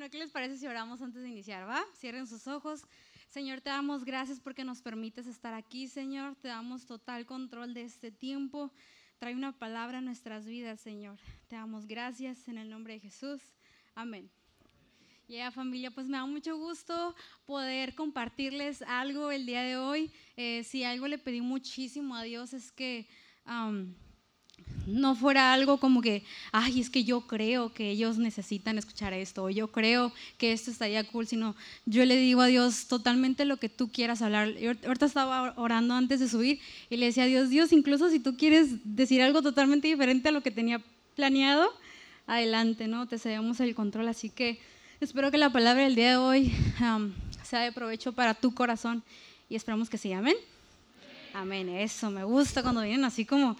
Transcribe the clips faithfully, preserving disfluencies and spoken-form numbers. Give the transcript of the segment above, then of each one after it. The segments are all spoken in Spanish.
Bueno, ¿qué les parece si oramos antes de iniciar? ¿Va? Cierren sus ojos. Señor, te damos gracias porque nos permites estar aquí, Señor. Te damos total control de este tiempo. Trae una palabra a nuestras vidas, Señor. Te damos gracias en el nombre de Jesús. Amén. Y yeah, familia, pues me da mucho gusto poder compartirles algo el día de hoy. Eh, si algo le pedí muchísimo a Dios es que um, no fuera algo como que, ay, es que yo creo que ellos necesitan escuchar esto, o yo creo que esto estaría cool, sino yo le digo a Dios totalmente lo que tú quieras hablar. Yo ahorita estaba orando antes de subir y le decía a Dios, Dios, incluso si tú quieres decir algo totalmente diferente a lo que tenía planeado, adelante, ¿no? Te cedemos el control, así que espero que la palabra del día de hoy um, sea de provecho para tu corazón y esperamos que sí, amén. Amén, eso, me gusta cuando vienen así como,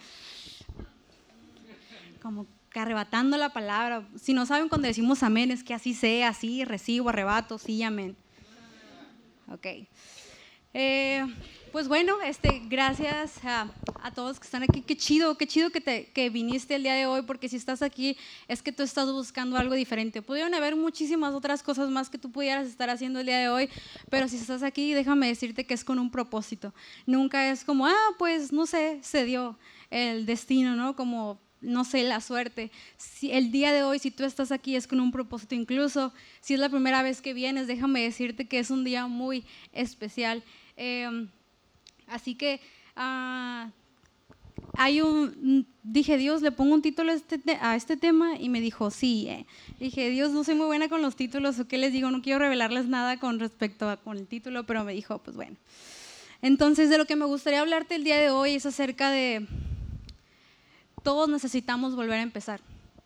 como arrebatando la palabra. Si no saben cuando decimos amén, es que así sea, así recibo, arrebato, sí, amén. Ok. Eh, pues bueno, este, gracias a, a todos que están aquí. Qué chido, qué chido que, te, que viniste el día de hoy, porque si estás aquí es que tú estás buscando algo diferente. Pudieron haber muchísimas otras cosas más que tú pudieras estar haciendo el día de hoy, pero si estás aquí, déjame decirte que es con un propósito. Nunca es como, ah, pues no sé, se dio el destino, ¿no? Como, no sé, la suerte. Si el día de hoy, si tú estás aquí, es con un propósito. Incluso si es la primera vez que vienes, déjame decirte que es un día muy especial. Eh, así que uh, hay un, dije, Dios, le pongo un título a este, a este tema, y me dijo, sí. Eh. Dije, Dios, no soy muy buena con los títulos, o qué les digo, no quiero revelarles nada con respecto a con el título, pero me dijo, pues bueno. Entonces, de lo que me gustaría hablarte el día de hoy es acerca de todos necesitamos volver a empezar.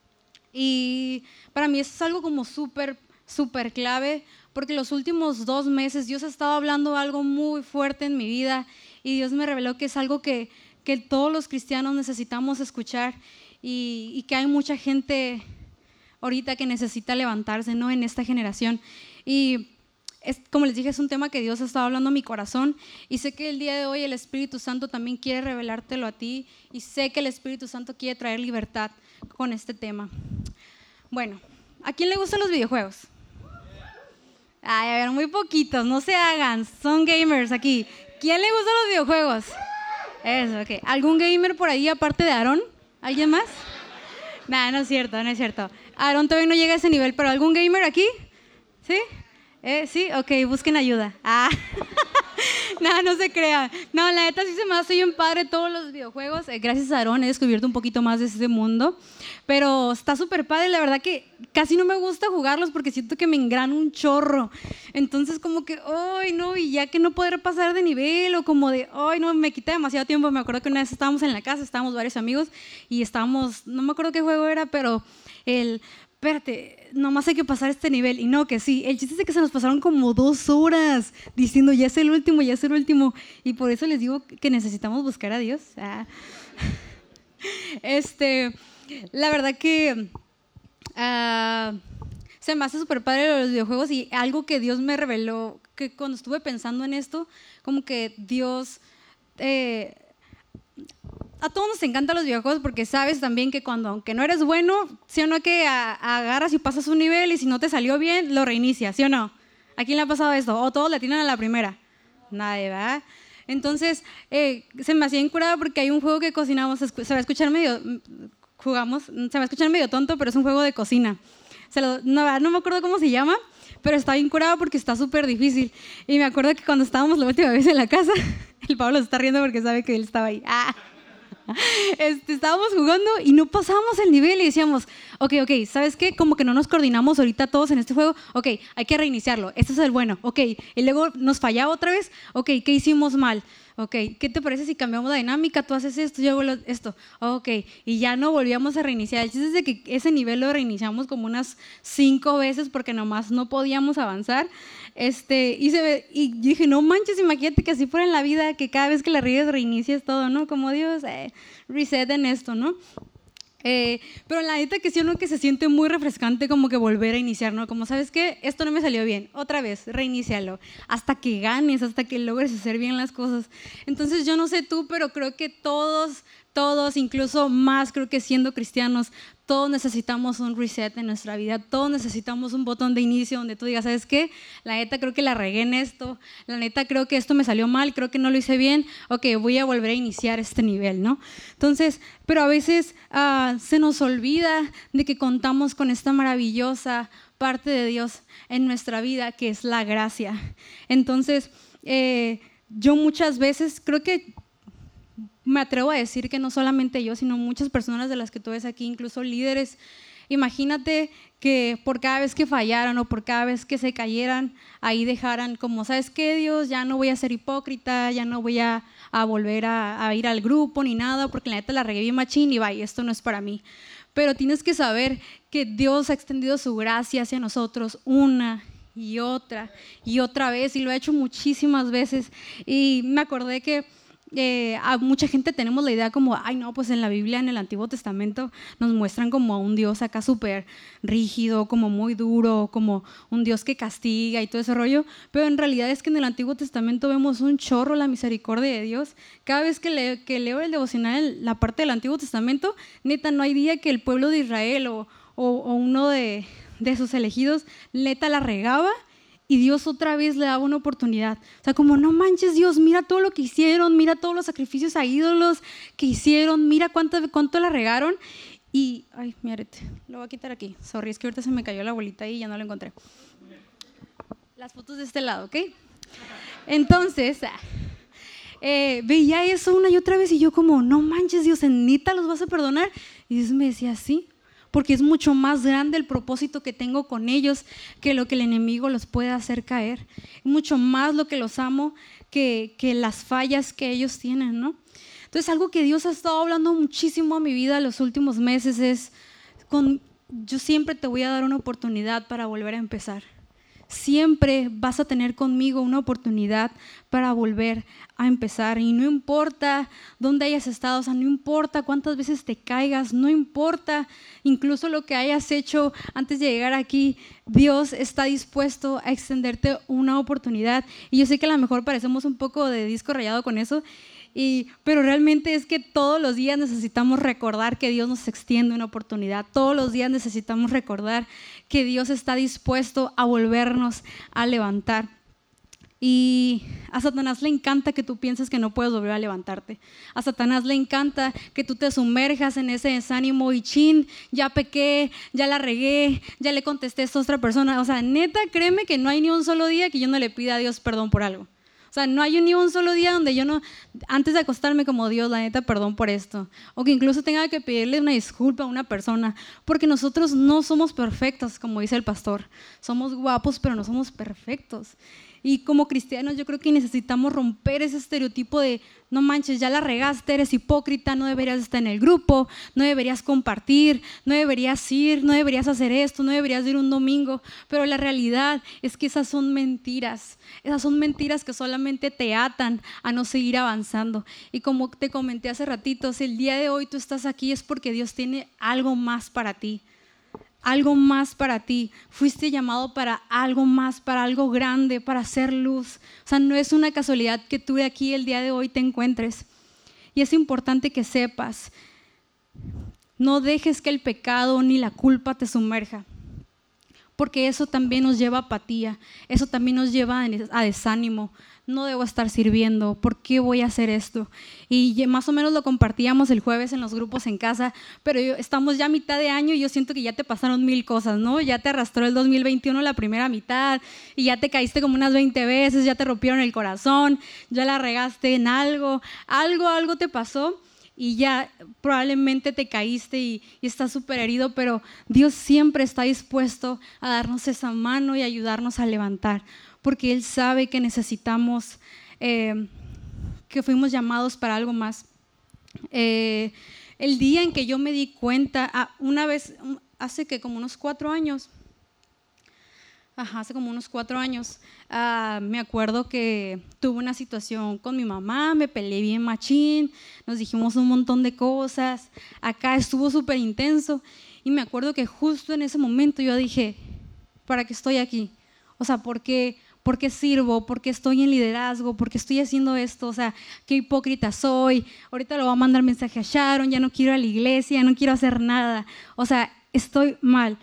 Y para mí eso es algo como súper, súper clave, porque los últimos dos meses Dios ha estado hablando algo muy fuerte en mi vida, y Dios me reveló que es algo que, que todos los cristianos necesitamos escuchar, y, y que hay mucha gente ahorita que necesita levantarse, ¿no? En esta generación. Y es, como les dije, es un tema que Dios ha estado hablando a mi corazón, y sé que el día de hoy el Espíritu Santo también quiere revelártelo a ti, y sé que el Espíritu Santo quiere traer libertad con este tema. Bueno, ¿a quién le gustan los videojuegos? Ay, a ver, muy poquitos, no se hagan, son gamers aquí. ¿Quién le gustan los videojuegos? Eso, ok. ¿Algún gamer por ahí aparte de Aarón? ¿Alguien más? Nah, no es cierto, no es cierto. Aarón todavía no llega a ese nivel, pero ¿algún gamer aquí? ¿Sí? ¿Eh? ¿Sí? Ok, busquen ayuda. Ah. No, no se crean. No, la neta sí se me hace bien padre todos los videojuegos. Eh, gracias a Aarón he descubierto un poquito más de ese mundo. Pero está súper padre. La verdad que casi no me gusta jugarlos porque siento que me engrano un chorro. Entonces como que, ay, no, y ya que no poder pasar de nivel, o como de, ay, no, me quita demasiado tiempo. Me acuerdo que una vez estábamos en la casa, estábamos varios amigos y estábamos, no me acuerdo qué juego era, pero el... espérate, nomás hay que pasar este nivel. Y no, que sí, el chiste es que se nos pasaron como dos horas diciendo, ya es el último, ya es el último. Y por eso les digo que necesitamos buscar a Dios. Ah. Este, la verdad que uh, se me hace súper padre los videojuegos, y algo que Dios me reveló, que cuando estuve pensando en esto, como que Dios... Eh, a todos nos encantan los videojuegos porque sabes también que cuando, aunque no eres bueno, ¿sí o no? Que a, agarras y pasas un nivel, y si no te salió bien, lo reinicias, ¿sí o no? ¿A quién le ha pasado esto? ¿O todos le tienen a la primera? Nadie, ¿verdad? Entonces, eh, se me hacía incurada porque hay un juego que cocinamos, se va a escuchar medio, jugamos, se va a escuchar medio tonto, pero es un juego de cocina. Se lo, no, no me acuerdo cómo se llama, pero está bien curado porque está súper difícil. Y me acuerdo que cuando estábamos la última vez en la casa, el Pablo se está riendo porque sabe que él estaba ahí. ¡Ah! Este, estábamos jugando y no pasábamos el nivel, y decíamos, ok, ok, ¿sabes qué? Como que no nos coordinamos ahorita todos en este juego, ok, hay que reiniciarlo, este es el bueno, ok, y luego nos fallaba otra vez, ok, ¿qué hicimos mal? Ok, ¿qué te parece si cambiamos la dinámica? Tú haces esto, yo hago esto, ok, y ya no volvíamos a reiniciar. El chiste es de que ese nivel lo reiniciamos como unas cinco veces porque nomás no podíamos avanzar. Este, y, se, y dije, no manches, imagínate que así fuera en la vida, que cada vez que la riegues reinicies todo, ¿no? Como Dios, eh, reset en esto, ¿no? Eh, pero la neta que sí, uno que se siente muy refrescante como que volver a iniciar, ¿no? Como, ¿sabes qué? Esto no me salió bien, otra vez, reinícialo, hasta que ganes, hasta que logres hacer bien las cosas. Entonces yo no sé tú, pero creo que todos, todos, incluso más creo que siendo cristianos, todos necesitamos un reset en nuestra vida, todos necesitamos un botón de inicio donde tú digas, ¿sabes qué? La neta creo que la regué en esto, la neta creo que esto me salió mal, creo que no lo hice bien, ok, voy a volver a iniciar este nivel, ¿no? Entonces, pero a veces uh, se nos olvida de que contamos con esta maravillosa parte de Dios en nuestra vida, que es la gracia. Entonces, eh, yo muchas veces creo que me atrevo a decir que no solamente yo, sino muchas personas de las que tú ves aquí, incluso líderes, imagínate que por cada vez que fallaran o por cada vez que se cayeran, ahí dejaran como, ¿sabes qué, Dios? Ya no voy a ser hipócrita, ya no voy a, a volver a, a ir al grupo ni nada, porque la neta la regué bien machín y vaya, esto no es para mí. Pero tienes que saber que Dios ha extendido su gracia hacia nosotros una y otra y otra vez, y lo ha hecho muchísimas veces. Y me acordé que Eh, a mucha gente tenemos la idea como, ay no, pues en la Biblia, en el Antiguo Testamento nos muestran como a un Dios acá súper rígido, como muy duro, como un Dios que castiga y todo ese rollo, pero en realidad es que en el Antiguo Testamento vemos un chorro la misericordia de Dios. Cada vez que, le, que leo el devocional, la parte del Antiguo Testamento, neta, no hay día que el pueblo de Israel o, o, o uno de, de sus elegidos, neta, la regaba y Dios otra vez le daba una oportunidad. O sea, como no manches Dios, mira todo lo que hicieron, mira todos los sacrificios a ídolos que hicieron, mira cuánto, cuánto la regaron. Y, ay, mi arete, lo voy a quitar aquí. Sorry, es que ahorita se me cayó la bolita ahí y ya no lo encontré. Las fotos de este lado, ¿ok? Entonces, eh, veía eso una y otra vez y yo como, no manches Dios, ¿en neta los vas a perdonar? Y Dios me decía, sí. Porque es mucho más grande el propósito que tengo con ellos que lo que el enemigo los puede hacer caer. Mucho más lo que los amo que, que las fallas que ellos tienen, ¿no? Entonces, algo que Dios ha estado hablando muchísimo a mi vida en los últimos meses es, con, yo siempre te voy a dar una oportunidad para volver a empezar. Siempre vas a tener conmigo una oportunidad para volver a empezar, y no importa dónde hayas estado, o sea, no importa cuántas veces te caigas, no importa incluso lo que hayas hecho antes de llegar aquí, Dios está dispuesto a extenderte una oportunidad. Y yo sé que a lo mejor parecemos un poco de disco rayado con eso, Y, pero realmente es que todos los días necesitamos recordar que Dios nos extiende una oportunidad. Todos los días necesitamos recordar que Dios está dispuesto a volvernos a levantar. Y a Satanás le encanta que tú pienses que no puedes volver a levantarte. A Satanás le encanta que tú te sumerjas en ese desánimo y chin, ya pequé, ya la regué, ya le contesté a esta otra persona. O sea, neta, créeme que no hay ni un solo día que yo no le pida a Dios perdón por algo. O sea, no hay ni un solo día donde yo no, antes de acostarme como Dios, la neta, perdón por esto. O que incluso tenga que pedirle una disculpa a una persona. Porque nosotros no somos perfectos, como dice el pastor. Somos guapos, pero no somos perfectos. Y como cristianos yo creo que necesitamos romper ese estereotipo de no manches, ya la regaste, eres hipócrita, no deberías estar en el grupo, no deberías compartir, no deberías ir, no deberías hacer esto, no deberías ir un domingo. Pero la realidad es que esas son mentiras, esas son mentiras que solamente te atan a no seguir avanzando. Y como te comenté hace ratito, si el día de hoy tú estás aquí es porque Dios tiene algo más para ti. Algo más para ti, fuiste llamado para algo más, para algo grande, para hacer luz. O sea, no es una casualidad que tú de aquí el día de hoy te encuentres. Y es importante que sepas, no dejes que el pecado ni la culpa te sumerja, porque eso también nos lleva a apatía, eso también nos lleva a desánimo. No debo estar sirviendo, ¿por qué voy a hacer esto? Y más o menos lo compartíamos el jueves en los grupos en casa, pero yo, estamos ya a mitad de año y yo siento que ya te pasaron mil cosas, ¿no? Ya te arrastró el dos mil veintiuno la primera mitad y ya te caíste como unas veinte veces, ya te rompieron el corazón, ya la regaste en algo, algo, algo te pasó y ya probablemente te caíste y, y estás súper herido, pero Dios siempre está dispuesto a darnos esa mano y ayudarnos a levantar, porque Él sabe que necesitamos, eh, que fuimos llamados para algo más. Eh, el día en que yo me di cuenta, ah, una vez, hace que como unos cuatro años, ajá, hace como unos cuatro años, uh, me acuerdo que tuve una situación con mi mamá, me peleé bien machín, nos dijimos un montón de cosas, acá estuvo súper intenso, y me acuerdo que justo en ese momento yo dije, ¿para qué estoy aquí? O sea, ¿por qué? ¿Por qué sirvo? ¿Por qué estoy en liderazgo? ¿Por qué estoy haciendo esto? O sea, qué hipócrita soy. Ahorita le voy a mandar mensaje a Sharon, ya no quiero ir a la iglesia, ya no quiero hacer nada. O sea, estoy mal.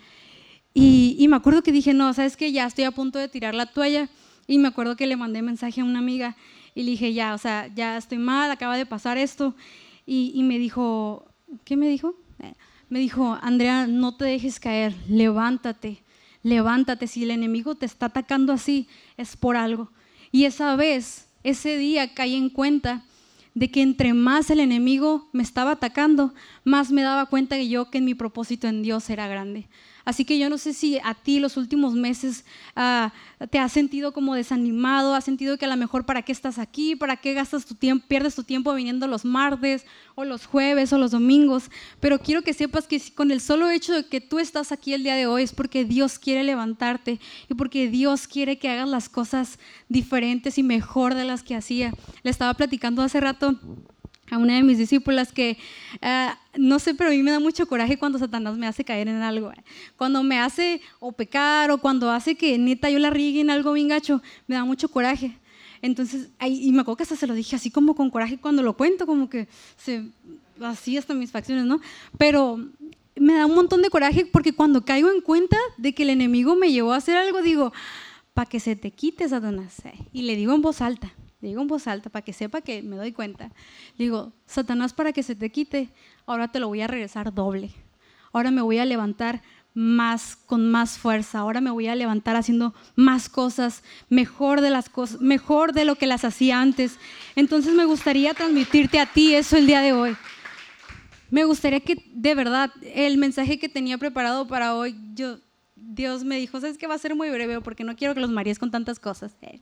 Y, y me acuerdo que dije, no, ¿sabes qué? Ya estoy a punto de tirar la toalla. Y me acuerdo que le mandé mensaje a una amiga y le dije, ya, o sea, ya estoy mal, acaba de pasar esto. Y, y me dijo, ¿qué me dijo? Eh, me dijo, Andrea, no te dejes caer, levántate. Levántate, si el enemigo te está atacando así, es por algo. Y esa vez, ese día caí en cuenta de que entre más el enemigo me estaba atacando, más me daba cuenta que yo que en mi propósito en Dios era grande. Así que yo no sé si a ti los últimos meses uh, te has sentido como desanimado, has sentido que a lo mejor para qué estás aquí, para qué gastas tu tiempo, pierdes tu tiempo viniendo los martes o los jueves o los domingos, pero quiero que sepas que con el solo hecho de que tú estás aquí el día de hoy es porque Dios quiere levantarte y porque Dios quiere que hagas las cosas diferentes y mejor de las que hacía. Le estaba platicando hace rato a una de mis discípulas que, uh, no sé, pero a mí me da mucho coraje cuando Satanás me hace caer en algo. Eh. Cuando me hace o pecar o cuando hace que neta yo la riegue en algo bien gacho, me da mucho coraje. Entonces, ahí, y me acuerdo que hasta se lo dije así como con coraje cuando lo cuento, como que se, así hasta mis facciones, ¿no? Pero me da un montón de coraje porque cuando caigo en cuenta de que el enemigo me llevó a hacer algo, digo, para que se te quite, Satanás. Eh. Y le digo en voz alta. Le digo en voz alta para que sepa que me doy cuenta. Le digo, Satanás, para que se te quite, ahora te lo voy a regresar doble. Ahora me voy a levantar más, con más fuerza. Ahora me voy a levantar haciendo más cosas, mejor de las cosas, mejor de lo que las hacía antes. Entonces me gustaría transmitirte a ti eso el día de hoy. Me gustaría que, de verdad, el mensaje que tenía preparado para hoy, yo, Dios me dijo, ¿sabes qué? Va a ser muy breve porque no quiero que los marees con tantas cosas. Eh.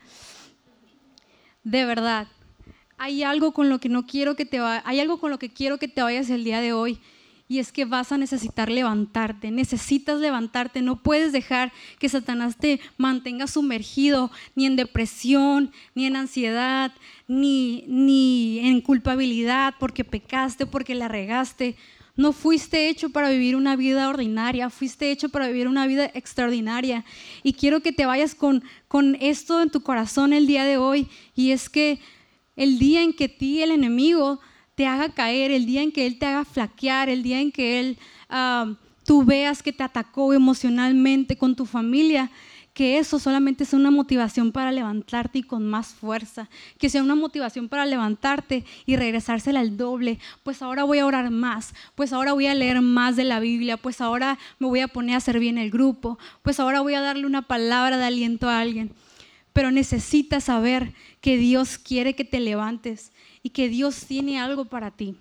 De verdad, hay algo con lo que no quiero que te va, hay algo con lo que quiero que te vayas el día de hoy y es que vas a necesitar levantarte, necesitas levantarte, no puedes dejar que Satanás te mantenga sumergido ni en depresión, ni en ansiedad, ni, ni en culpabilidad porque pecaste, porque la regaste. No fuiste hecho para vivir una vida ordinaria, fuiste hecho para vivir una vida extraordinaria. Y quiero que te vayas con, con esto en tu corazón el día de hoy. Y es que el día en que ti, el enemigo, te haga caer, el día en que él te haga flaquear, el día en que él, uh, tú veas que te atacó emocionalmente con tu familia, que eso solamente sea una motivación para levantarte y con más fuerza, que sea una motivación para levantarte y regresársela al doble, pues ahora voy a orar más, pues ahora voy a leer más de la Biblia, pues ahora me voy a poner a servir en el grupo, pues ahora voy a darle una palabra de aliento a alguien. Pero necesitas saber que Dios quiere que te levantes y que Dios tiene algo para ti.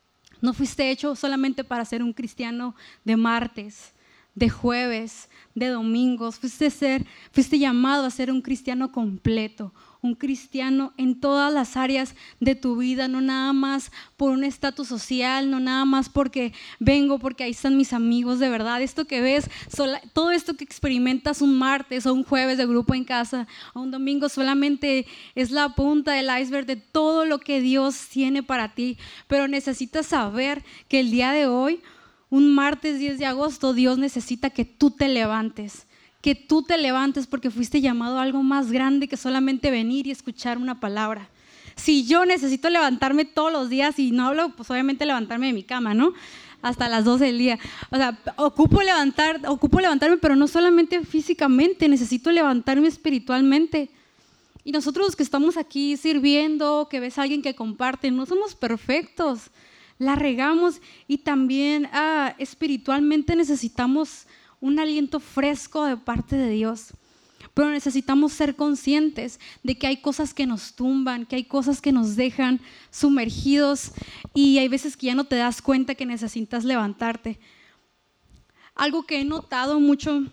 No fuiste hecho solamente para ser un cristiano de martes, de jueves, de domingos, fuiste, ser, fuiste llamado a ser un cristiano completo, un cristiano en todas las áreas de tu vida, no nada más por un estatus social, no nada más porque vengo, porque ahí están mis amigos, de verdad, esto que ves, sola, todo esto que experimentas un martes o un jueves de grupo en casa o un domingo solamente es la punta del iceberg de todo lo que Dios tiene para ti, pero necesitas saber que el día de hoy, un martes diez de agosto, Dios necesita que tú te levantes, que tú te levantes porque fuiste llamado a algo más grande que solamente venir y escuchar una palabra. Si yo necesito levantarme todos los días y no hablo, pues obviamente levantarme de mi cama, ¿no? Hasta las doce del día. O sea, ocupo, levantar, ocupo levantarme, pero no solamente físicamente, necesito levantarme espiritualmente. Y nosotros los que estamos aquí sirviendo, que ves a alguien que comparte, no somos perfectos. La regamos y también ah, espiritualmente necesitamos un aliento fresco de parte de Dios. Pero necesitamos ser conscientes de que hay cosas que nos tumban, que hay cosas que nos dejan sumergidos y hay veces que ya no te das cuenta que necesitas levantarte. Algo que he notado mucho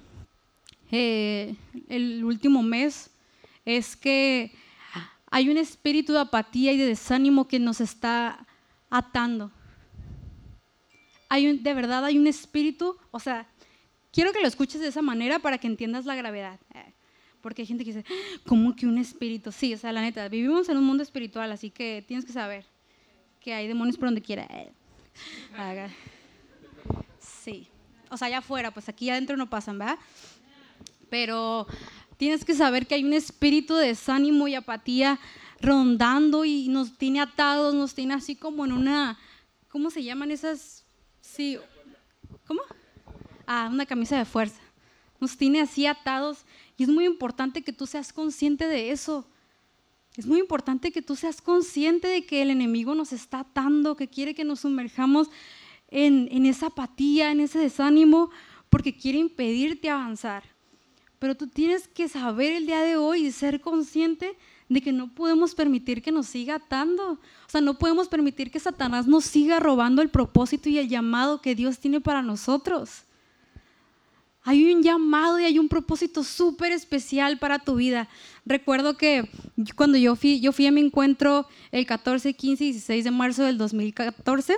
eh, el último mes es que hay un espíritu de apatía y de desánimo que nos está atando. Hay un, de verdad hay un espíritu, o sea, quiero que lo escuches de esa manera para que entiendas la gravedad. Porque hay gente que dice, ¿cómo que un espíritu? Sí, o sea, la neta, vivimos en un mundo espiritual, así que tienes que saber que hay demonios por donde quiera. Sí, o sea, allá afuera, pues aquí adentro no pasan, ¿verdad? Pero Tienes que saber que hay un espíritu de desánimo y apatía rondando y nos tiene atados, nos tiene así como en una, ¿cómo se llaman esas? Sí, ¿cómo? Ah, una camisa de fuerza. Nos tiene así atados y es muy importante que tú seas consciente de eso. Es muy importante que tú seas consciente de que el enemigo nos está atando, que quiere que nos sumerjamos en, en esa apatía, en ese desánimo, porque quiere impedirte avanzar. Pero tú tienes que saber el día de hoy y ser consciente de que no podemos permitir que nos siga atando. O sea, no podemos permitir que Satanás nos siga robando el propósito y el llamado que Dios tiene para nosotros. Hay un llamado y hay un propósito súper especial para tu vida. Recuerdo que cuando yo fui, yo fui a mi encuentro el catorce, quince y dieciséis de marzo del dos mil catorce,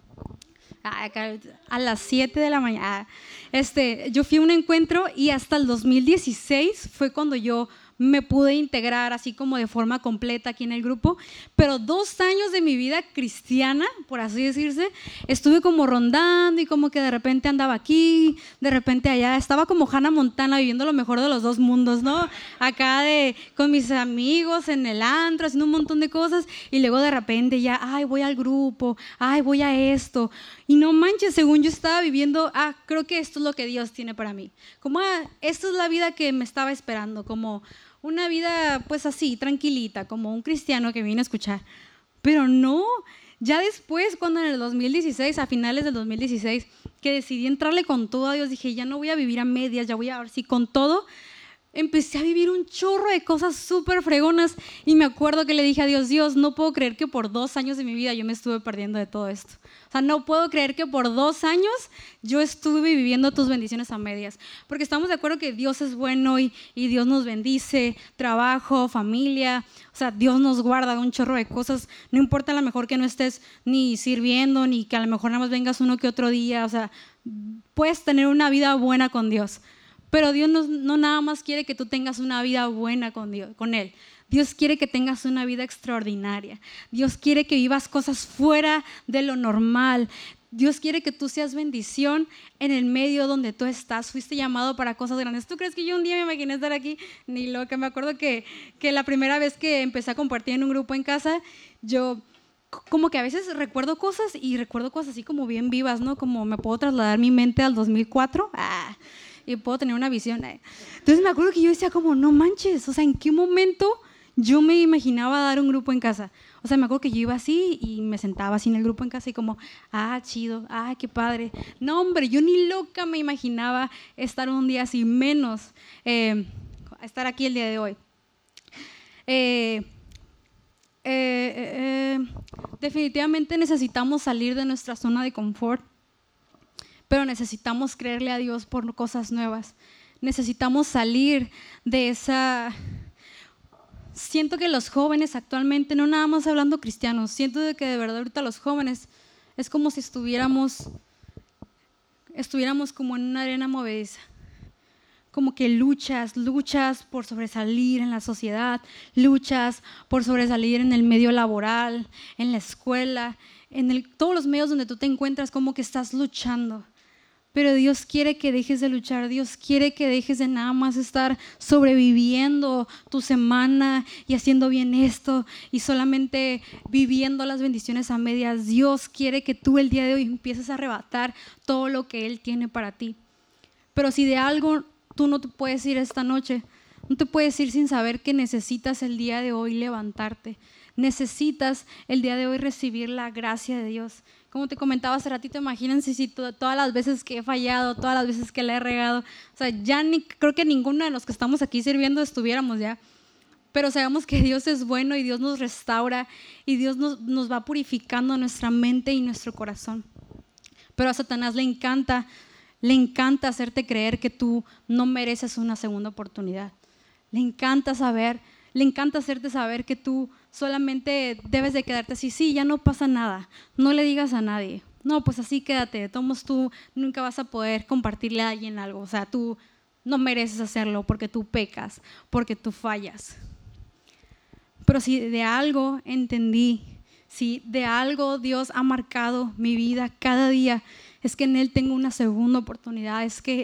a las siete de la mañana, este, yo fui a un encuentro y hasta el dos mil dieciséis fue cuando yo me pude integrar así como de forma completa aquí en el grupo, pero dos años de mi vida cristiana, por así decirse, estuve como rondando y como que de repente andaba aquí, de repente allá, estaba como Hannah Montana viviendo lo mejor de los dos mundos, ¿no? Acá de, con mis amigos en el antro, haciendo un montón de cosas y luego de repente ya, ay, voy al grupo, ay, voy a esto. Y no manches, según yo estaba viviendo, ah, creo que esto es lo que Dios tiene para mí. Como, ah, esta es la vida que me estaba esperando, como una vida pues así, tranquilita, como un cristiano que vine a escuchar. Pero no, ya después, cuando en el dos mil dieciséis, a finales del dos mil dieciséis, que decidí entrarle con todo a Dios, dije, ya no voy a vivir a medias, ya voy a ver si con todo. Empecé a vivir un chorro de cosas súper fregonas y me acuerdo que le dije a Dios, Dios, no puedo creer que por dos años de mi vida yo me estuve perdiendo de todo esto. O sea, no puedo creer que por dos años yo estuve viviendo tus bendiciones a medias. Porque estamos de acuerdo que Dios es bueno y, y Dios nos bendice, trabajo, familia. O sea, Dios nos guarda un chorro de cosas. No importa a lo mejor que no estés ni sirviendo, ni que a lo mejor nada más vengas uno que otro día. O sea, puedes tener una vida buena con Dios. Pero Dios no, no nada más quiere que tú tengas una vida buena con Dios, con Él. Dios quiere que tengas una vida extraordinaria. Dios quiere que vivas cosas fuera de lo normal. Dios quiere que tú seas bendición en el medio donde tú estás. Fuiste llamado para cosas grandes. ¿Tú crees que yo un día me imaginé estar aquí? Ni loca. Me acuerdo que, que la primera vez que empecé a compartir en un grupo en casa, yo como que a veces recuerdo cosas y recuerdo cosas así como bien vivas, ¿no? Como me puedo trasladar mi mente al dos mil cuatro. Ah, y puedo tener una visión. Entonces me acuerdo que yo decía como, no manches, o sea, ¿en qué momento yo me imaginaba dar un grupo en casa? O sea, me acuerdo que yo iba así y me sentaba así en el grupo en casa y como, ah, chido, ah, qué padre. No, hombre, yo ni loca me imaginaba estar un día así, menos eh, estar aquí el día de hoy. Eh, eh, eh, definitivamente necesitamos salir de nuestra zona de confort. Pero necesitamos creerle a Dios por cosas nuevas. Necesitamos salir de esa... Siento que los jóvenes actualmente, no nada más hablando cristianos, siento de que de verdad ahorita los jóvenes es como si estuviéramos, estuviéramos como en una arena movediza. Como que luchas, luchas por sobresalir en la sociedad, luchas por sobresalir en el medio laboral, en la escuela, en el, todos los medios donde tú te encuentras, como que estás luchando. Pero Dios quiere que dejes de luchar, Dios quiere que dejes de nada más estar sobreviviendo tu semana y haciendo bien esto y solamente viviendo las bendiciones a medias. Dios quiere que tú el día de hoy empieces a arrebatar todo lo que Él tiene para ti. Pero si de algo tú no te puedes ir esta noche, no te puedes ir sin saber que necesitas el día de hoy levantarte. Necesitas el día de hoy recibir la gracia de Dios. Como te comentaba hace ratito, imagínense si to- todas las veces que he fallado, todas las veces que le he regado, o sea, ya ni, creo que ninguno de los que estamos aquí sirviendo estuviéramos ya. Pero sabemos que Dios es bueno y Dios nos restaura y Dios nos, nos va purificando nuestra mente y nuestro corazón. Pero a Satanás le encanta, le encanta hacerte creer que tú no mereces una segunda oportunidad. Le encanta saber, le encanta hacerte saber que tú solamente debes de quedarte así, sí, ya no pasa nada, no le digas a nadie, no, pues así quédate, de todos modos tú nunca vas a poder compartirle a alguien algo, o sea, tú no mereces hacerlo porque tú pecas, porque tú fallas. Pero si de algo entendí, si de algo Dios ha marcado mi vida cada día, es que en Él tengo una segunda oportunidad, es que Él me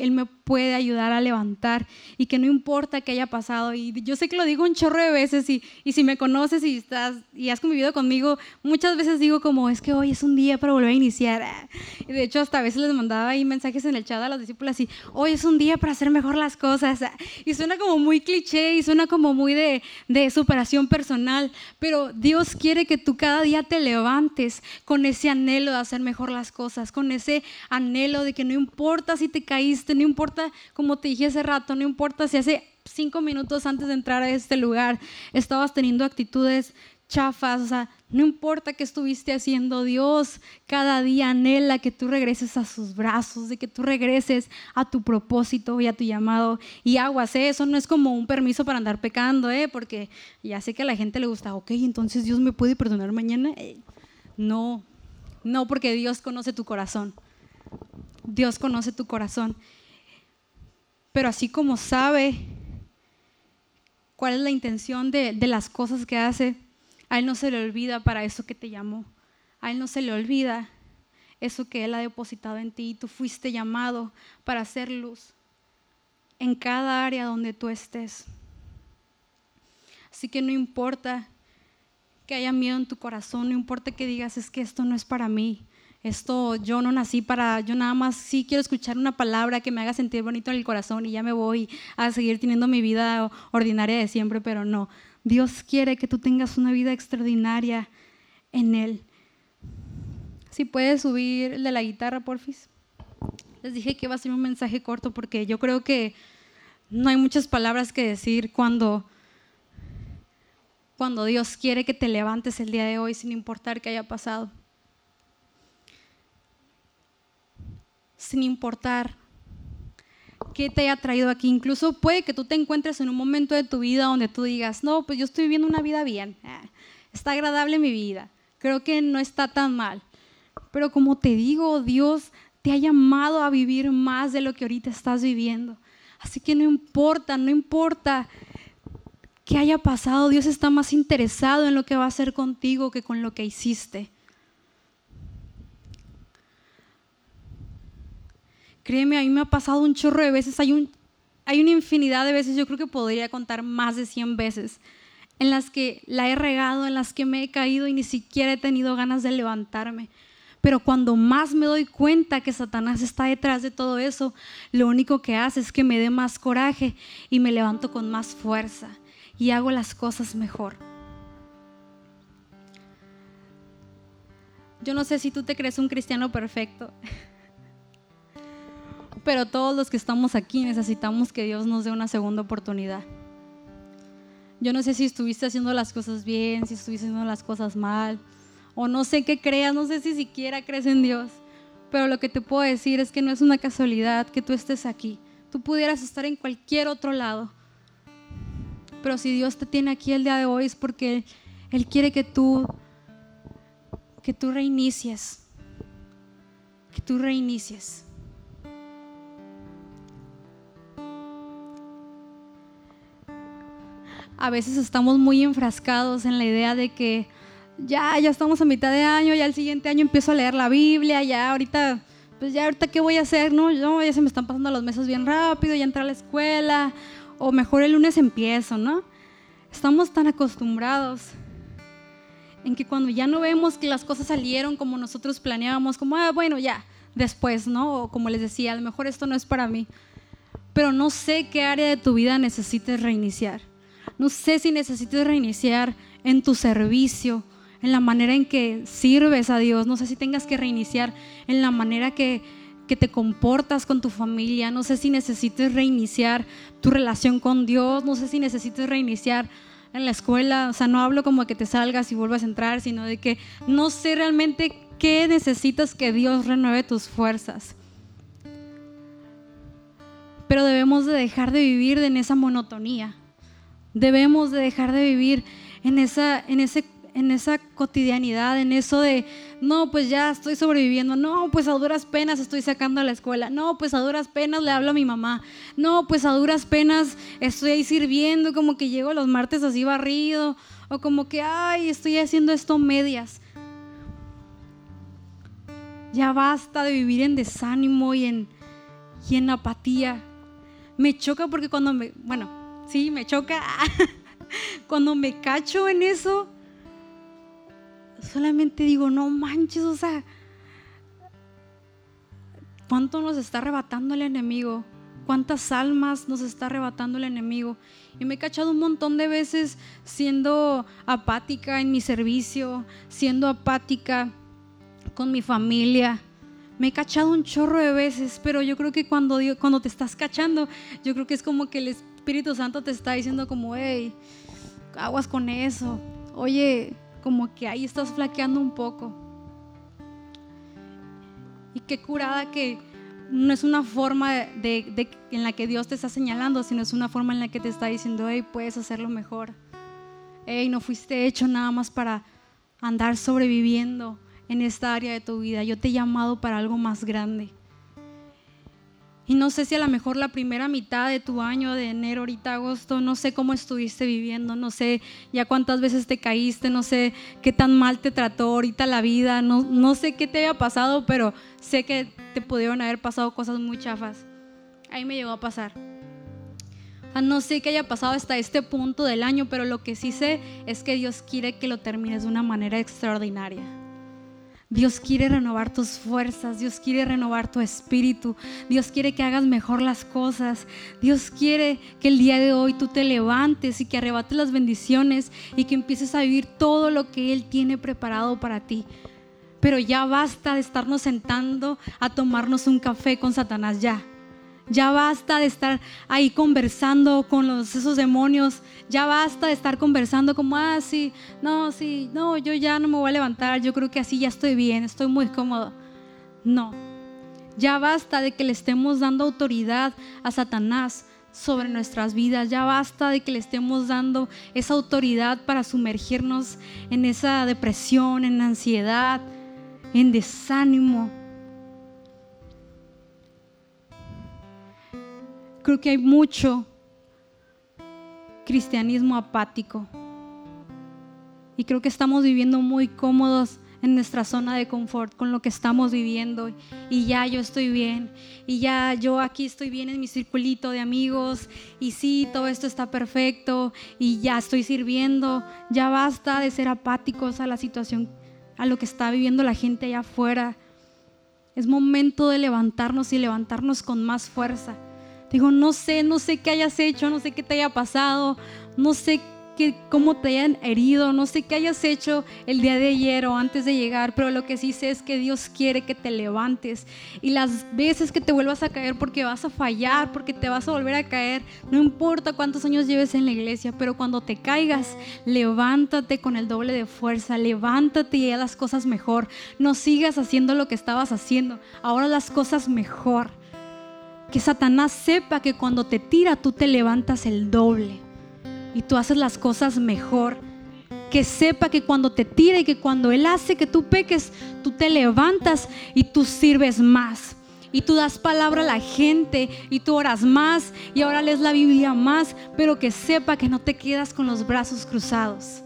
puede ayudar a levantar y que no importa qué haya pasado. Y yo sé que lo digo un chorro de veces y, y si me conoces y, estás, y has convivido conmigo, muchas veces digo como, es que hoy es un día para volver a iniciar. Y de hecho hasta a veces les mandaba ahí mensajes en el chat a los discípulos y hoy es un día para hacer mejor las cosas. Y suena como muy cliché y suena como muy de, de superación personal, pero Dios quiere que tú cada día te levantes con ese anhelo de hacer mejor las cosas, con ese anhelo de que no importa si te caíste, no importa, como te dije hace rato, no importa si hace cinco minutos antes de entrar a este lugar estabas teniendo actitudes chafas, o sea, no importa qué estuviste haciendo, Dios cada día anhela que tú regreses a sus brazos, de que tú regreses a tu propósito y a tu llamado. Y aguas, ¿eh? Eso no es como un permiso para andar pecando, ¿eh? Porque ya sé que a la gente le gusta, ok, entonces Dios me puede perdonar mañana. Eh, no, no, porque Dios conoce tu corazón. Dios conoce tu corazón. Pero así como sabe cuál es la intención de, de las cosas que hace, a Él no se le olvida para eso que te llamó. A Él no se le olvida eso que Él ha depositado en ti. Tú fuiste llamado para hacer luz en cada área donde tú estés. Así que no importa que haya miedo en tu corazón, no importa que digas, es que esto no es para mí. Esto, yo no nací para, yo nada más sí quiero escuchar una palabra que me haga sentir bonito en el corazón y ya me voy a seguir teniendo mi vida ordinaria de siempre, pero no. Dios quiere que tú tengas una vida extraordinaria en Él. Si puedes subir el de la guitarra, porfis. Les dije que iba a ser un mensaje corto porque yo creo que no hay muchas palabras que decir cuando, cuando Dios quiere que te levantes el día de hoy sin importar qué haya pasado. Sin importar qué te haya traído aquí. Incluso puede que tú te encuentres en un momento de tu vida donde tú digas, no, pues yo estoy viviendo una vida bien, está agradable mi vida, creo que no está tan mal. Pero como te digo, Dios te ha llamado a vivir más de lo que ahorita estás viviendo. Así que no importa, no importa qué haya pasado, Dios está más interesado en lo que va a hacer contigo que con lo que hiciste. Créeme, a mí me ha pasado un chorro de veces, hay, un, hay una infinidad de veces, yo creo que podría contar más de cien veces, en las que la he regado, en las que me he caído y ni siquiera he tenido ganas de levantarme. Pero cuando más me doy cuenta que Satanás está detrás de todo eso, lo único que hace es que me dé más coraje y me levanto con más fuerza y hago las cosas mejor. Yo no sé si tú te crees un cristiano perfecto, pero todos los que estamos aquí necesitamos que Dios nos dé una segunda oportunidad. Yo no sé si estuviste haciendo las cosas bien, si estuviste haciendo las cosas mal, o no sé qué creas, no sé si siquiera crees en Dios, pero lo que te puedo decir es que no es una casualidad que tú estés aquí. Tú pudieras estar en cualquier otro lado, pero si Dios te tiene aquí el día de hoy es porque Él, Él quiere que tú, que tú reinicies, que tú reinicies. A veces estamos muy enfrascados en la idea de que ya, ya estamos a mitad de año, ya el siguiente año empiezo a leer la Biblia, ya ahorita, pues ya ahorita qué voy a hacer, ¿no? Yo, ya se me están pasando los meses bien rápido, ya entré a la escuela, o mejor el lunes empiezo, ¿no? Estamos tan acostumbrados en que cuando ya no vemos que las cosas salieron como nosotros planeábamos, como, ah, bueno, ya, después, ¿no? O como les decía, a lo mejor esto no es para mí, pero no sé qué área de tu vida necesites reiniciar. No sé si necesites reiniciar en tu servicio, en la manera en que sirves a Dios. No sé si tengas que reiniciar en la manera que, que te comportas con tu familia. No sé si necesites reiniciar tu relación con Dios. No sé si necesites reiniciar en la escuela. O sea, no hablo como que te salgas y vuelvas a entrar, sino de que no sé realmente qué necesitas que Dios renueve tus fuerzas. Pero debemos de dejar de vivir en esa monotonía. Debemos de dejar de vivir en esa, en, ese, en esa cotidianidad, en eso de, no, pues ya estoy sobreviviendo, no, pues a duras penas estoy sacando a la escuela, no, pues a duras penas le hablo a mi mamá, no, pues a duras penas estoy ahí sirviendo, como que llego los martes así barrido, o como que, ay, estoy haciendo esto medias. Ya basta de vivir en desánimo y en, y en apatía. me choca porque cuando me, bueno, sí, me choca, cuando me cacho en eso, solamente digo, no manches, o sea, ¿cuánto nos está arrebatando el enemigo? ¿Cuántas almas nos está arrebatando el enemigo? Y me he cachado un montón de veces siendo apática en mi servicio, siendo apática con mi familia. Me he cachado un chorro de veces, pero yo creo que cuando, cuando te estás cachando, yo creo que es como que el Espíritu Santo te está diciendo como, hey, aguas con eso. Oye, como que ahí estás flaqueando un poco. Y qué curada que no es una forma de, de, en la que Dios te está señalando, sino es una forma en la que te está diciendo, hey, puedes hacerlo mejor. Hey, no fuiste hecho nada más para andar sobreviviendo en esta área de tu vida. Yo te he llamado para algo más grande. Y no sé si a lo mejor la primera mitad de tu año, de enero, ahorita agosto, no sé cómo estuviste viviendo, no sé ya cuántas veces te caíste, no sé qué tan mal te trató ahorita la vida, no, no sé qué te haya pasado, pero sé que te pudieron haber pasado cosas muy chafas. Ahí me llegó a pasar. O sea, no sé qué haya pasado hasta este punto del año, pero lo que sí sé es que Dios quiere que lo termines de una manera extraordinaria. Dios quiere renovar tus fuerzas, Dios quiere renovar tu espíritu, Dios quiere que hagas mejor las cosas, Dios quiere que el día de hoy tú te levantes y que arrebates las bendiciones y que empieces a vivir todo lo que Él tiene preparado para ti. Pero ya basta de estarnos sentando a tomarnos un café con Satanás, ya. Ya basta de estar ahí conversando con los, esos demonios. Ya basta de estar conversando como, ah, sí, no, sí, no, yo ya no me voy a levantar. Yo creo que así ya estoy bien, estoy muy cómodo. No, ya basta de que le estemos dando autoridad a Satanás sobre nuestras vidas. Ya basta de que le estemos dando esa autoridad para sumergirnos en esa depresión, en ansiedad, en desánimo. Creo que hay mucho cristianismo apático y creo que estamos viviendo muy cómodos en nuestra zona de confort con lo que estamos viviendo y ya yo estoy bien y ya yo aquí estoy bien en mi circulito de amigos y sí, todo esto está perfecto y ya estoy sirviendo. Ya basta de ser apáticos a la situación, a lo que está viviendo la gente allá afuera. Es momento de levantarnos y levantarnos con más fuerza. Digo, no sé, no sé qué hayas hecho, no sé qué te haya pasado, no sé qué, cómo te hayan herido, no sé qué hayas hecho el día de ayer o antes de llegar, pero lo que sí sé es que Dios quiere que te levantes y las veces que te vuelvas a caer porque vas a fallar, porque te vas a volver a caer, no importa cuántos años lleves en la iglesia, pero cuando te caigas, levántate con el doble de fuerza, levántate y haz las cosas mejor, no sigas haciendo lo que estabas haciendo, ahora las cosas mejor. Que Satanás sepa que cuando te tira tú te levantas el doble y tú haces las cosas mejor. Que sepa que cuando te tira y que cuando Él hace que tú peques, tú te levantas y tú sirves más. Y tú das palabra a la gente y tú oras más y ahora lees la Biblia más, pero que sepa que no te quedas con los brazos cruzados.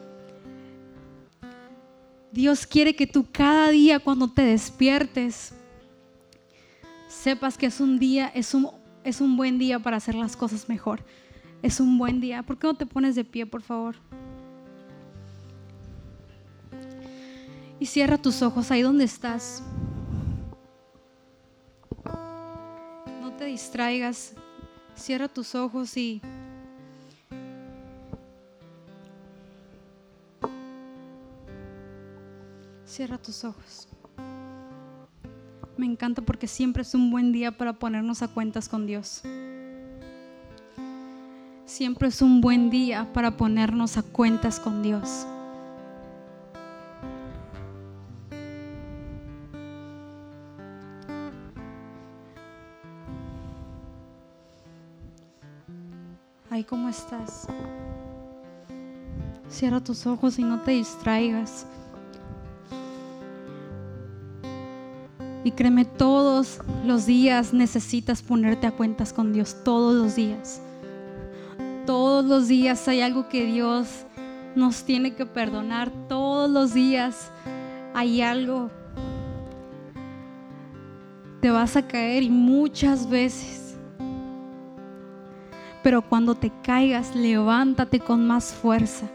Dios quiere que tú cada día cuando te despiertes sepas que es un día, es un, es un buen día para hacer las cosas mejor. Es un buen día. ¿Por qué no te pones de pie, por favor? Y cierra tus ojos ahí donde estás. No te distraigas. Cierra tus ojos y cierra tus ojos. Me encanta porque siempre es un buen día para ponernos a cuentas con Dios. Siempre es un buen día para ponernos a cuentas con Dios. Ahí como estás. Cierra tus ojos y no te distraigas. Y créeme, todos los días necesitas ponerte a cuentas con Dios, todos los días. Todos los días hay algo que Dios nos tiene que perdonar, todos los días hay algo. Te vas a caer y muchas veces pero cuando te caigas, levántate con más fuerza.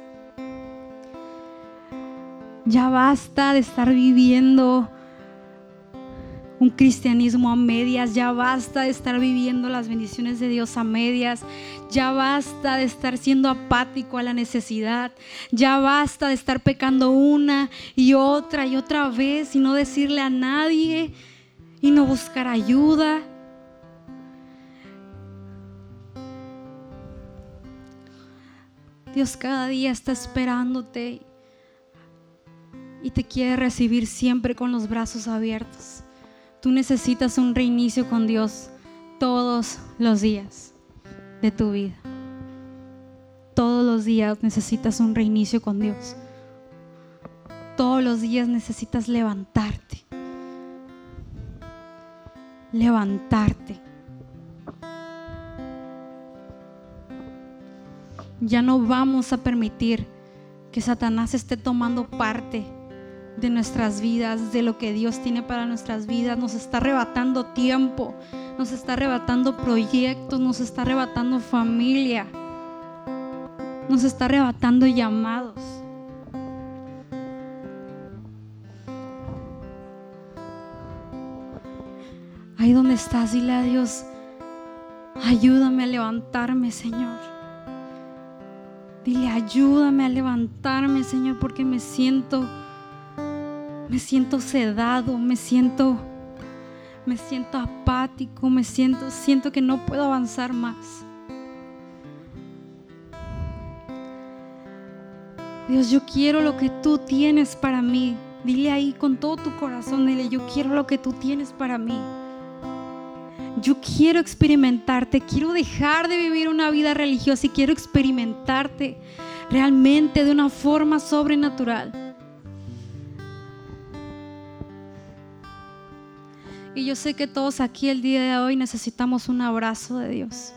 Ya basta de estar viviendo un cristianismo a medias, ya basta de estar viviendo las bendiciones de Dios a medias, ya basta de estar siendo apático a la necesidad, ya basta de estar pecando una y otra y otra vez y no decirle a nadie y no buscar ayuda. Dios cada día está esperándote y te quiere recibir siempre con los brazos abiertos. Tú necesitas un reinicio con Dios todos los días de tu vida. Todos los días necesitas un reinicio con Dios. Todos los días necesitas levantarte. Levantarte. Ya no vamos a permitir que Satanás esté tomando parte de nuestras vidas, de lo que Dios tiene para nuestras vidas. Nos está arrebatando tiempo, nos está arrebatando proyectos, nos está arrebatando familia, nos está arrebatando llamados. Ahí donde estás, dile a Dios: ayúdame a levantarme, Señor. Dile: ayúdame a levantarme, Señor, porque me siento Me siento sedado, me siento, me siento apático, me siento, siento que no puedo avanzar más. Dios, yo quiero lo que tú tienes para mí. Dile ahí con todo tu corazón, dile: yo quiero lo que tú tienes para mí. Yo quiero experimentarte, quiero dejar de vivir una vida religiosa y quiero experimentarte realmente de una forma sobrenatural. Y yo sé que todos aquí el día de hoy necesitamos un abrazo de Dios.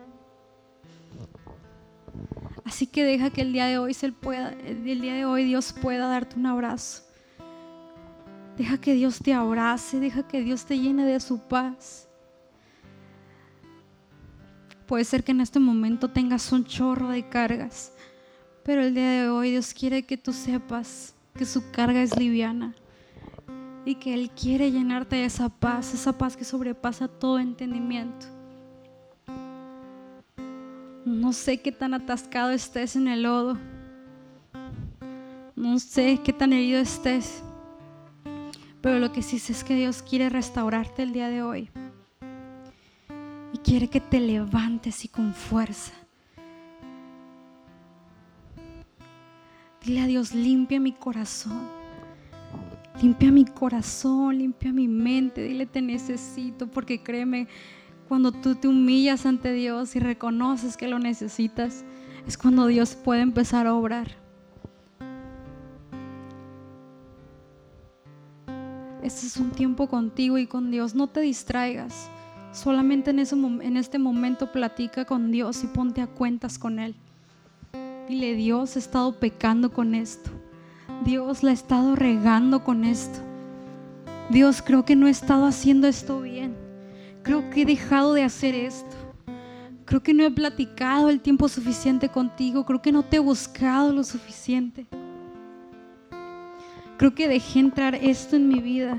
Así que deja que el día de hoy se pueda, el día de hoy Dios pueda darte un abrazo. Deja que Dios te abrace, deja que Dios te llene de su paz. Puede ser que en este momento tengas un chorro de cargas, pero el día de hoy Dios quiere que tú sepas que su carga es liviana. Y que Él quiere llenarte de esa paz, esa paz que sobrepasa todo entendimiento. No sé qué tan atascado estés en el lodo. No sé qué tan herido estés. Pero lo que sí sé es que Dios quiere restaurarte el día de hoy. Y quiere que te levantes y con fuerza. Dile a Dios: limpia mi corazón. Limpia mi corazón, limpia mi mente. Dile: te necesito, porque créeme, cuando tú te humillas ante Dios y reconoces que lo necesitas, es cuando Dios puede empezar a obrar. Este es un tiempo contigo y con Dios. No te distraigas. Solamente en, ese, en este momento platica con Dios y ponte a cuentas con Él. Dile: Dios, he estado pecando con esto. Dios, la he estado regando con esto. Dios, creo que no he estado haciendo esto bien. Creo que he dejado de hacer esto. Creo que no he platicado el tiempo suficiente contigo. Creo que no te he buscado lo suficiente. Creo que dejé entrar esto en mi vida.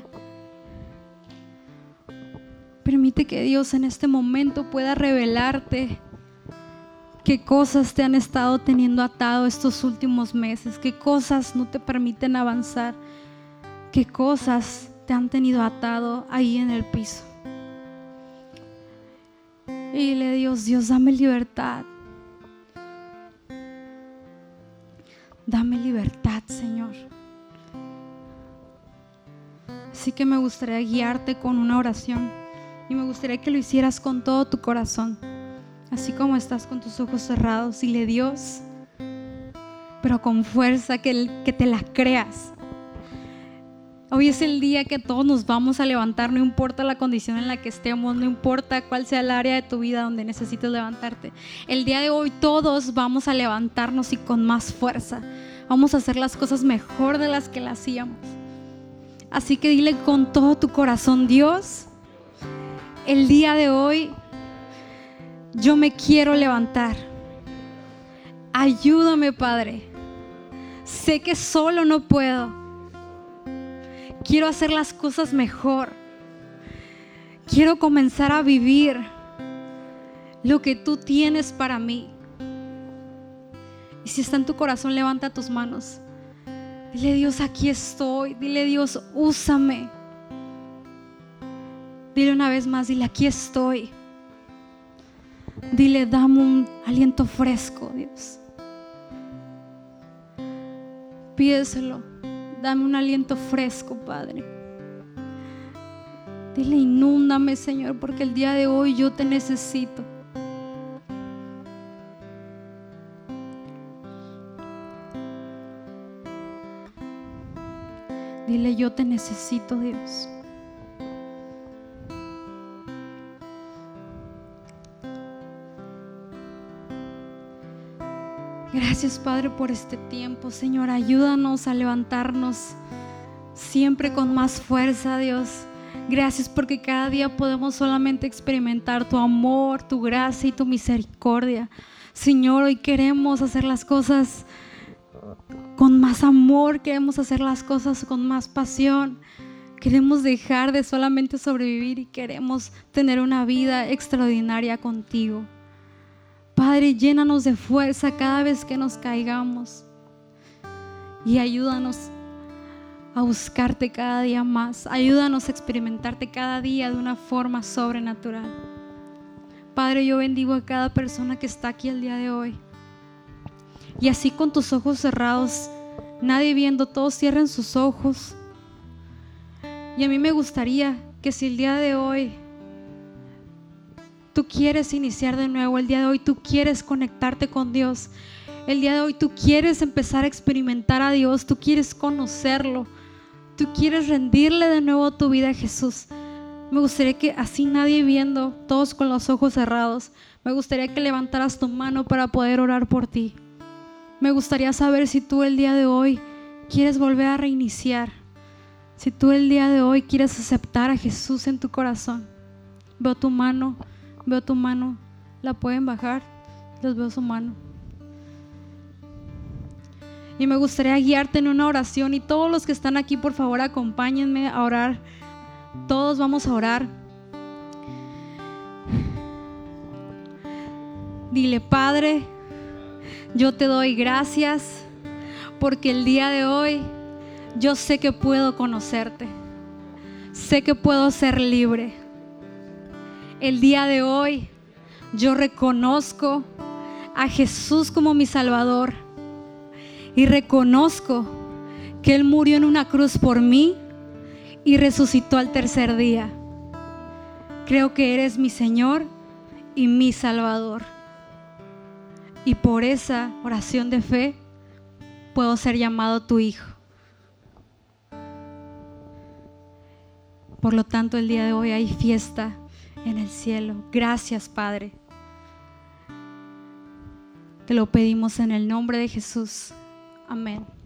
Permite que Dios en este momento pueda revelarte qué cosas te han estado teniendo atado estos últimos meses, qué cosas no te permiten avanzar, qué cosas te han tenido atado ahí en el piso. Y dile: Dios, Dios, dame libertad. Dame libertad, Señor. Así que me gustaría guiarte con una oración y me gustaría que lo hicieras con todo tu corazón. Así como estás con tus ojos cerrados, dile: Dios, pero con fuerza, que, que te la creas. Hoy es el día que todos nos vamos a levantar, no importa la condición en la que estemos, no importa cuál sea el área de tu vida donde necesites levantarte. El día de hoy todos vamos a levantarnos y con más fuerza. Vamos a hacer las cosas mejor de las que las hacíamos. Así que dile con todo tu corazón: Dios, el día de hoy yo me quiero levantar. Ayúdame, Padre. Sé que solo no puedo. Quiero hacer las cosas mejor. Quiero comenzar a vivir lo que tú tienes para mí. Y si está en tu corazón, levanta tus manos. Dile: Dios, aquí estoy. Dile: Dios, úsame. Dile una vez más, dile: aquí estoy. Dile: dame un aliento fresco, Dios. Pídeselo. Dame un aliento fresco, Padre. Dile: inúndame, Señor, porque el día de hoy yo te necesito. Dile: yo te necesito, Dios. Gracias, Padre, por este tiempo. Señor, ayúdanos a levantarnos siempre con más fuerza, Dios. Gracias porque cada día podemos solamente experimentar tu amor, tu gracia y tu misericordia. Señor, hoy queremos hacer las cosas con más amor, queremos hacer las cosas con más pasión. Queremos dejar de solamente sobrevivir y queremos tener una vida extraordinaria contigo. Padre, llénanos de fuerza cada vez que nos caigamos y ayúdanos a buscarte cada día más. Ayúdanos a experimentarte cada día de una forma sobrenatural. Padre, yo bendigo a cada persona que está aquí el día de hoy. Y así con tus ojos cerrados, nadie viendo, todos cierren sus ojos. Y a mí me gustaría que si el día de hoy tú quieres iniciar de nuevo, el día de hoy tú quieres conectarte con Dios, el día de hoy tú quieres empezar a experimentar a Dios, tú quieres conocerlo, tú quieres rendirle de nuevo tu vida a Jesús, me gustaría que así nadie viendo, todos con los ojos cerrados, me gustaría que levantaras tu mano para poder orar por ti. Me gustaría saber si tú el día de hoy quieres volver a reiniciar, si tú el día de hoy quieres aceptar a Jesús en tu corazón. Veo tu mano. Veo tu mano, la pueden bajar, les veo su mano. Y me gustaría guiarte en una oración y todos los que están aquí, por favor, acompáñenme a orar. Todos vamos a orar. Dile: Padre, yo te doy gracias porque el día de hoy yo sé que puedo conocerte, sé que puedo ser libre. El día de hoy yo reconozco a Jesús como mi Salvador y reconozco que Él murió en una cruz por mí y resucitó al tercer día. Creo que eres mi Señor y mi Salvador. Y por esa oración de fe puedo ser llamado tu hijo. Por lo tanto, el día de hoy hay fiesta en el cielo. Gracias, Padre. Te lo pedimos en el nombre de Jesús. Amén.